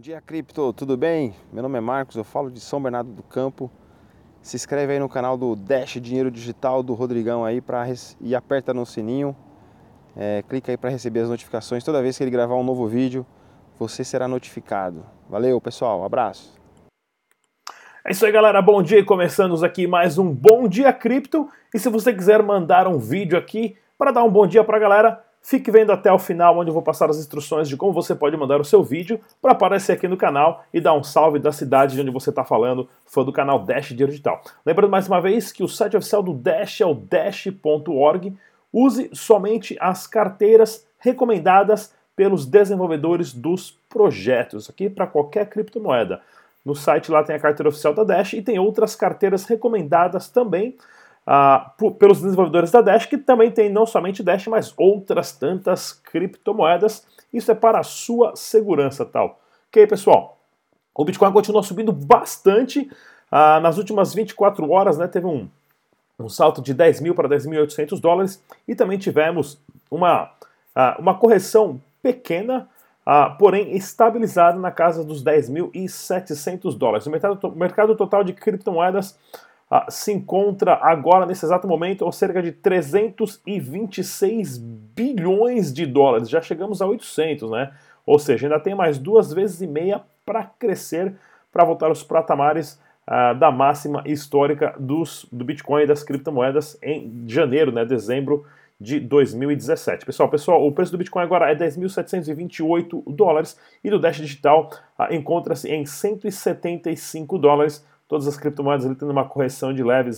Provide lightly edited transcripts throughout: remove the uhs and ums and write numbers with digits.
dia, Cripto, tudo bem? Meu nome é Marcos, eu falo de São Bernardo do Campo. Se inscreve aí no canal do Dash Dinheiro Digital do Rodrigão aí e aperta no sininho. Clica aí para receber as notificações. Toda vez que ele gravar um novo vídeo, você será notificado. Valeu, pessoal, abraço. É isso aí, galera, bom dia, começamos aqui mais um Bom Dia Cripto. E se você quiser mandar um vídeo aqui para dar um bom dia para a galera, fique vendo até o final, onde eu vou passar as instruções de como você pode mandar o seu vídeo para aparecer aqui no canal e dar um salve da cidade de onde você está falando, fã do canal Dash Dinheiro Digital. Lembrando mais uma vez que o site oficial do Dash é o dash.org. Use somente as carteiras recomendadas pelos desenvolvedores dos projetos, aqui para qualquer criptomoeda. No site lá tem a carteira oficial da Dash e tem outras carteiras recomendadas também pelos desenvolvedores da Dash, que também tem não somente Dash, mas outras tantas criptomoedas. Isso é para a sua segurança, tal. Ok, pessoal? O Bitcoin continua subindo bastante. Nas últimas 24 horas, né, teve um salto de 10 mil para 10.800 dólares e também tivemos uma correção pequena, porém estabilizada na casa dos 10.700 dólares. O mercado total de criptomoedas se encontra agora, nesse exato momento, a cerca de 326 bilhões de dólares. Já chegamos a 800, né? Ou seja, ainda tem mais 2,5 vezes para crescer, para voltar aos patamares da máxima histórica do Bitcoin e das criptomoedas em janeiro, né, dezembro de 2017. Pessoal, o preço do Bitcoin agora é 10.728 dólares e do Dash Digital encontra-se em 175 dólares. Todas as criptomoedas ali tendo uma correção de leve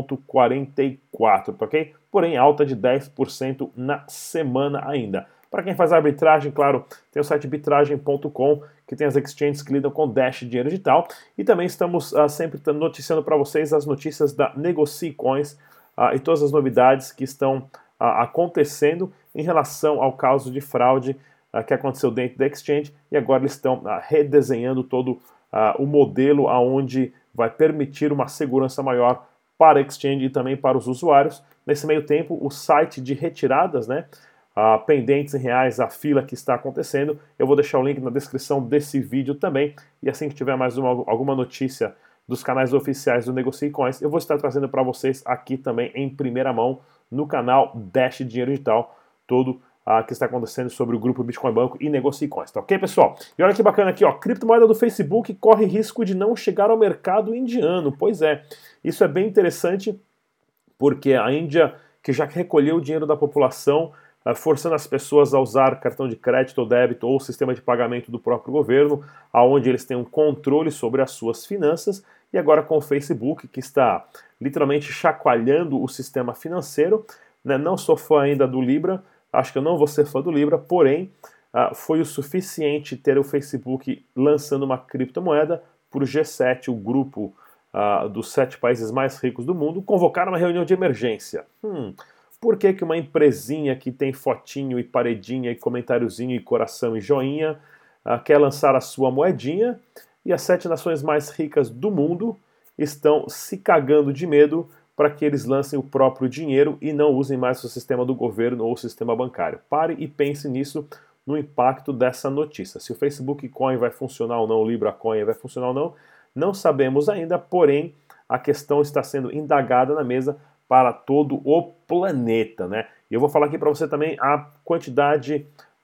0,44, tá ok? Porém, alta de 10% na semana ainda. Para quem faz arbitragem, claro, tem o site arbitragem.com, que tem as exchanges que lidam com Dash Dinheiro Digital. E também estamos sempre noticiando para vocês as notícias da Negocie Coins e todas as novidades que estão acontecendo em relação ao caso de fraude que aconteceu dentro da exchange. E agora eles estão redesenhando todo o modelo aonde vai permitir uma segurança maior para a exchange e também para os usuários. Nesse meio tempo, o site de retiradas, né, pendentes em reais, a fila que está acontecendo, eu vou deixar o link na descrição desse vídeo também, e assim que tiver mais alguma notícia dos canais oficiais do Negocie Coins, eu vou estar trazendo para vocês aqui também em primeira mão no canal Dash Dinheiro Digital, todo que está acontecendo sobre o grupo Bitcoin Banco e Negocie Coins, tá ok, pessoal? E olha que bacana aqui, ó, criptomoeda do Facebook corre risco de não chegar ao mercado indiano. Pois é, isso é bem interessante, porque a Índia, que já recolheu o dinheiro da população, forçando as pessoas a usar cartão de crédito ou débito ou sistema de pagamento do próprio governo, aonde eles têm um controle sobre as suas finanças, e agora com o Facebook, que está literalmente chacoalhando o sistema financeiro, né? Não sou fã ainda do Libra, acho que eu não vou ser fã do Libra, porém foi o suficiente ter o Facebook lançando uma criptomoeda por G7, o grupo dos 7 países mais ricos do mundo, convocar uma reunião de emergência. Por que uma empresinha que tem fotinho e paredinha e comentáriozinho e coração e joinha quer lançar a sua moedinha e as 7 nações mais ricas do mundo estão se cagando de medo para que eles lancem o próprio dinheiro e não usem mais o sistema do governo ou o sistema bancário? Pare e pense nisso, no impacto dessa notícia. Se o Facebook Coin vai funcionar ou não, o Libra Coin vai funcionar ou não, não sabemos ainda, porém a questão está sendo indagada na mesa para todo o planeta, né? E eu vou falar aqui para você também a quantidade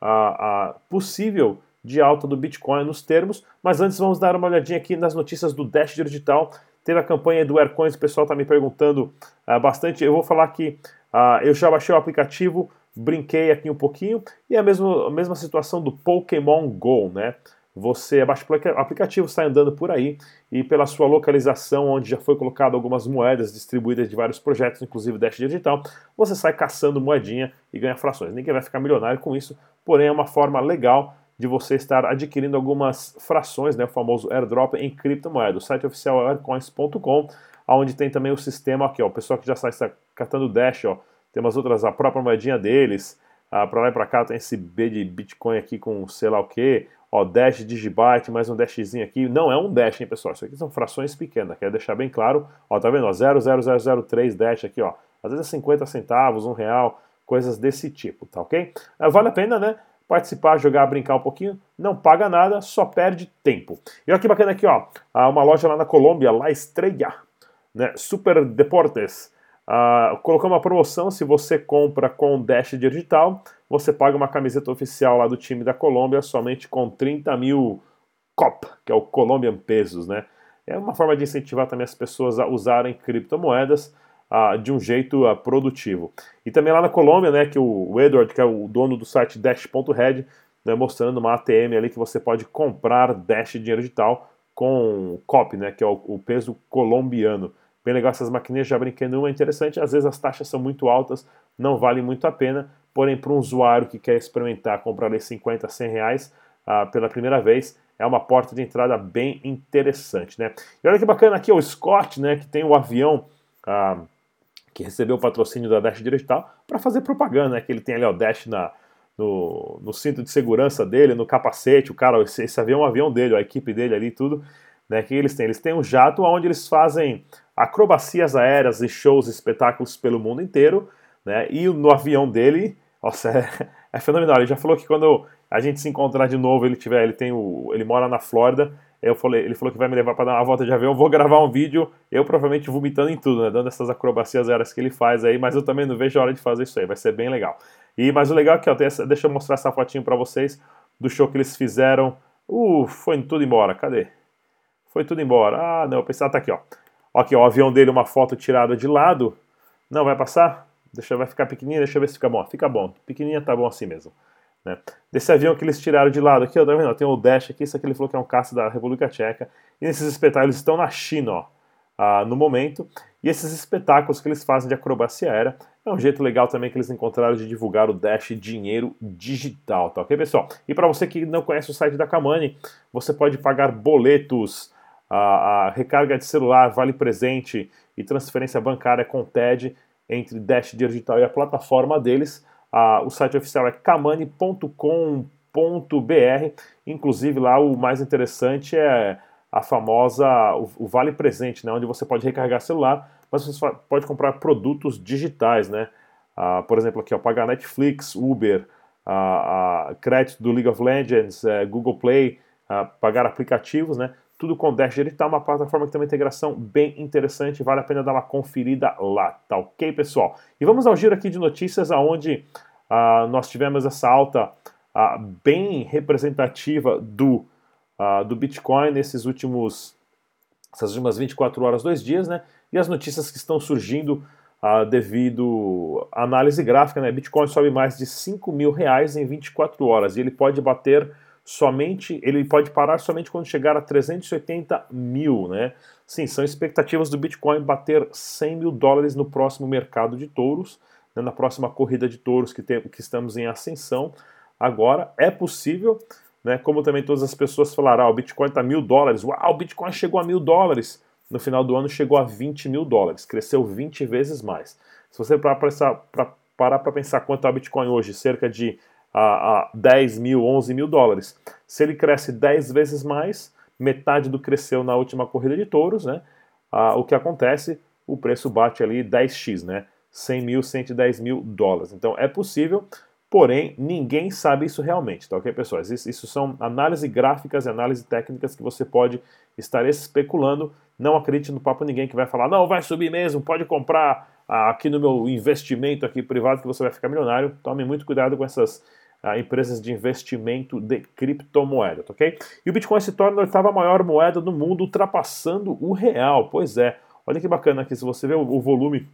possível de alta do Bitcoin nos termos, mas antes vamos dar uma olhadinha aqui nas notícias do Dash Digital. Teve a campanha do Aircoins, o pessoal está me perguntando bastante. Eu vou falar que eu já baixei o aplicativo, brinquei aqui um pouquinho, e é a mesma situação do Pokémon Go, né? Você baixa o aplicativo, sai andando por aí e pela sua localização, onde já foi colocado algumas moedas distribuídas de vários projetos, inclusive Dash Digital, você sai caçando moedinha e ganha frações. Ninguém vai ficar milionário com isso, porém é uma forma legal de você estar adquirindo algumas frações, né, o famoso airdrop em criptomoeda. O site oficial é aircoins.com, onde tem também o sistema aqui, ó, o pessoal que já está catando Dash, ó, tem umas outras, a própria moedinha deles, para lá e para cá tem esse B de Bitcoin aqui com sei lá o que, ó, Dash Digibyte, mais um Dashzinho aqui, não é um Dash, hein, pessoal, isso aqui são frações pequenas, quero deixar bem claro, ó, tá vendo, ó, 0,0003 Dash aqui, ó, às vezes é 50 centavos, R$1, coisas desse tipo, tá ok? Vale a pena, né? participar, jogar, brincar um pouquinho, não paga nada, só perde tempo. E olha que bacana aqui, ó, uma loja lá na Colômbia, La Estrella, né, Super Deportes, colocou uma promoção, se você compra com Dash Digital, você paga uma camiseta oficial lá do time da Colômbia somente com 30 mil COP, que é o Colombian Pesos, né? É uma forma de incentivar também as pessoas a usarem criptomoedas de um jeito produtivo. E também lá na Colômbia, né, que o Edward, que é o dono do site Dash.red, né, mostrando uma ATM ali que você pode comprar Dash dinheiro digital com COP, né, que é o peso colombiano. Bem legal essas maquininhas, já brinquei numa, é interessante, às vezes as taxas são muito altas, não vale muito a pena, porém para um usuário que quer experimentar, comprar ali 50, 100 reais pela primeira vez, é uma porta de entrada bem interessante, né? E olha que bacana aqui, o Scott, né, que tem o avião que recebeu o patrocínio da Dash Digital para fazer propaganda, né, que ele tem ali o Dash no cinto de segurança dele, no capacete, o cara, esse avião é um avião dele, a equipe dele ali, tudo, né, que eles têm? Eles têm um jato onde eles fazem acrobacias aéreas e shows, espetáculos pelo mundo inteiro, né, e no avião dele, nossa, é fenomenal. Ele já falou que quando a gente se encontrar de novo, ele mora na Flórida, ele falou que vai me levar para dar uma volta de avião, eu vou gravar um vídeo, eu provavelmente vomitando em tudo, né, dando essas acrobacias aéreas que ele faz aí, mas eu também não vejo a hora de fazer isso aí, vai ser bem legal. Mas o legal é que, ó, deixa eu mostrar essa fotinho para vocês do show que eles fizeram. Foi tudo embora, cadê? Foi tudo embora. Ah, não, eu pensei, tá aqui, ó. Aqui, ó, o avião dele, uma foto tirada de lado. Não, vai passar? Vai ficar pequenininha, deixa eu ver se fica bom. Fica bom, pequenininha tá bom assim mesmo. Né? Desse avião que eles tiraram de lado aqui, ó, tá vendo? Tem o Dash aqui, isso aqui ele falou que é um caça da República Tcheca. E esses espetáculos estão na China, ó, no momento. E esses espetáculos que eles fazem de acrobacia aérea é um jeito legal também que eles encontraram de divulgar o Dash dinheiro digital, tá ok, pessoal? E para você que não conhece o site da Kamani, você pode pagar boletos, a recarga de celular, vale presente e transferência bancária com TED entre Dash Digital e a plataforma deles. O site oficial é kamani.com.br. Inclusive lá o mais interessante é a famosa, o Vale Presente, né, onde você pode recarregar celular, mas você pode comprar produtos digitais, né? Por exemplo, aqui, ó, pagar Netflix, Uber, crédito do League of Legends, Google Play, pagar aplicativos, né? Tudo com Dash Digital, uma plataforma que tem uma integração bem interessante, vale a pena dar uma conferida lá, tá ok, pessoal? E vamos ao giro aqui de notícias, onde nós tivemos essa alta bem representativa do Bitcoin essas últimas 24 horas, 2 dias, né? E as notícias que estão surgindo devido à análise gráfica, né? Bitcoin sobe mais de 5 mil reais em 24 horas e ele pode parar somente quando chegar a 380 mil, né? Sim, são expectativas do Bitcoin bater 100 mil dólares no próximo mercado de touros, né? Na próxima corrida de touros que estamos em ascensão. Agora, é possível, né, como também todas as pessoas falaram, o Bitcoin está 1.000 dólares, uau, o Bitcoin chegou a 1.000 dólares, no final do ano chegou a 20 mil dólares, cresceu 20 vezes mais. Se você parar para pensar quanto é o Bitcoin hoje, cerca de 10 mil, 11 mil dólares, se ele cresce 10 vezes mais, metade do cresceu na última corrida de touros, né, o que acontece, o preço bate ali 10x, né, 100 mil, 110 mil dólares. Então é possível. Porém, ninguém sabe isso realmente, tá ok, pessoal? Isso são análises gráficas e análises técnicas que você pode estar especulando. Não acredite no papo ninguém que vai falar, não, vai subir mesmo, pode comprar aqui no meu investimento aqui privado que você vai ficar milionário. Tome muito cuidado com essas empresas de investimento de criptomoeda, tá ok? E o Bitcoin se torna a 8ª maior moeda do mundo, ultrapassando o real. Pois é, olha que bacana aqui, se você vê o volume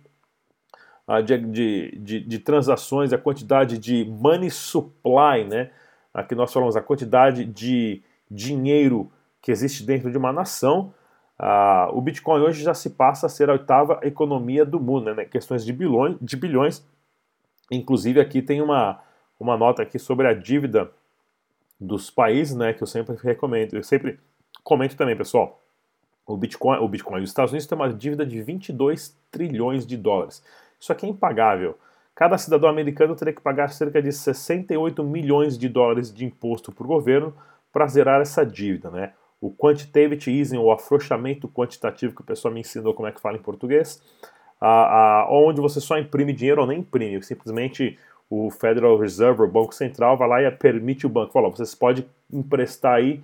de transações, a quantidade de money supply, né? Aqui nós falamos a quantidade de dinheiro que existe dentro de uma nação. O Bitcoin hoje já se passa a ser a 8ª economia do mundo, né? Questões de bilhões. Inclusive aqui tem uma nota aqui sobre a dívida dos países, né? Que eu sempre recomendo. Eu sempre comento também, pessoal. O Bitcoin, os Estados Unidos tem uma dívida de 22 trilhões de dólares. Isso aqui é impagável. Cada cidadão americano teria que pagar cerca de 68 milhões de dólares de imposto para o governo para zerar essa dívida, né? O quantitative easing, ou afrouxamento quantitativo, que o pessoal me ensinou como é que fala em português, onde você só imprime dinheiro ou nem imprime, simplesmente o Federal Reserve, o Banco Central, vai lá e permite o banco, fala, vocês podem emprestar aí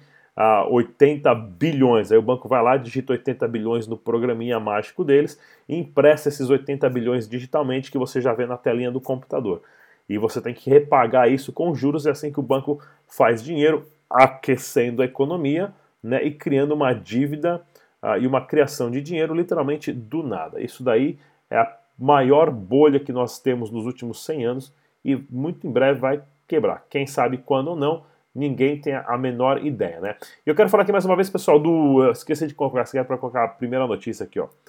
80 bilhões, aí o banco vai lá, digita 80 bilhões no programinha mágico deles e empresta esses 80 bilhões digitalmente que você já vê na telinha do computador. E você tem que repagar isso com juros, é assim que o banco faz dinheiro, aquecendo a economia, né, e criando uma dívida e uma criação de dinheiro literalmente do nada. Isso daí é a maior bolha que nós temos nos últimos 100 anos e muito em breve vai quebrar. Quem sabe quando ou não, ninguém tem a menor ideia, né? E eu quero falar aqui mais uma vez, pessoal, esqueci de colocar, para colocar a primeira notícia aqui, ó.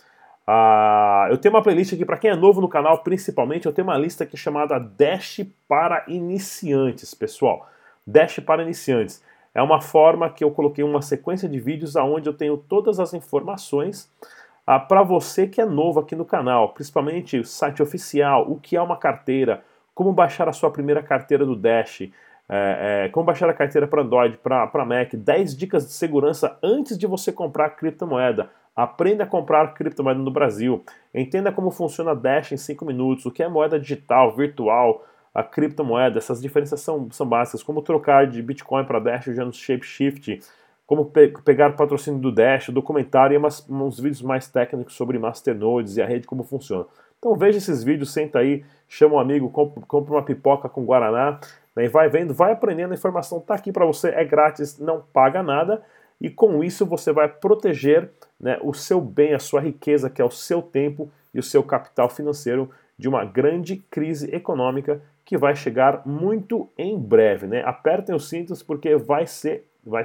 Eu tenho uma playlist aqui, para quem é novo no canal, principalmente, eu tenho uma lista aqui chamada Dash para Iniciantes, pessoal. Dash para Iniciantes. É uma forma que eu coloquei uma sequência de vídeos onde eu tenho todas as informações para você que é novo aqui no canal, principalmente o site oficial, o que é uma carteira, como baixar a sua primeira carteira do Dash, como baixar a carteira para Android, para Mac, 10 dicas de segurança antes de você comprar criptomoeda. Aprenda a comprar criptomoeda no Brasil. Entenda como funciona Dash em 5 minutos, o que é moeda digital, virtual, a criptomoeda. Essas diferenças são básicas, como trocar de Bitcoin para Dash usando Shapeshift, como pegar patrocínio do Dash, documentário e uns vídeos mais técnicos sobre masternodes e a rede, como funciona. Então veja esses vídeos, senta aí, chama um amigo, compra uma pipoca com Guaraná, né, e vai vendo, vai aprendendo, a informação está aqui para você, é grátis, não paga nada, e com isso você vai proteger, né, o seu bem, a sua riqueza, que é o seu tempo e o seu capital financeiro, de uma grande crise econômica que vai chegar muito em breve, né? Apertem os cintos porque vai ser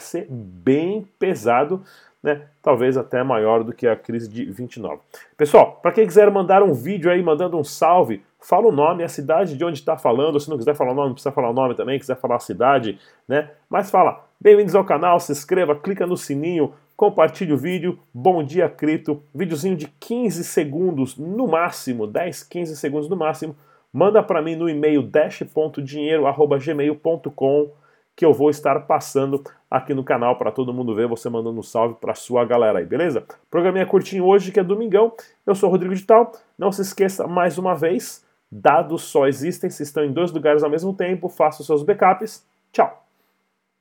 bem pesado, né? Talvez até maior do que a crise de 29. Pessoal, para quem quiser mandar um vídeo aí, mandando um salve, fala o nome, a cidade de onde está falando. Se não quiser falar o nome, não precisa falar o nome também, quiser falar a cidade, né? Mas fala, bem-vindos ao canal, se inscreva, clica no sininho, compartilhe o vídeo. Bom dia, cripto. Videozinho de 15 segundos no máximo, 10, 15 segundos no máximo. Manda para mim no e-mail dash.dinheiro@gmail.com que eu vou estar passando aqui no canal para todo mundo ver, você mandando um salve para sua galera aí, beleza? Programinha curtinho hoje, que é domingão. Eu sou o Rodrigo Digital. Não se esqueça, mais uma vez, dados só existem se estão em 2 lugares ao mesmo tempo. Faça os seus backups. Tchau!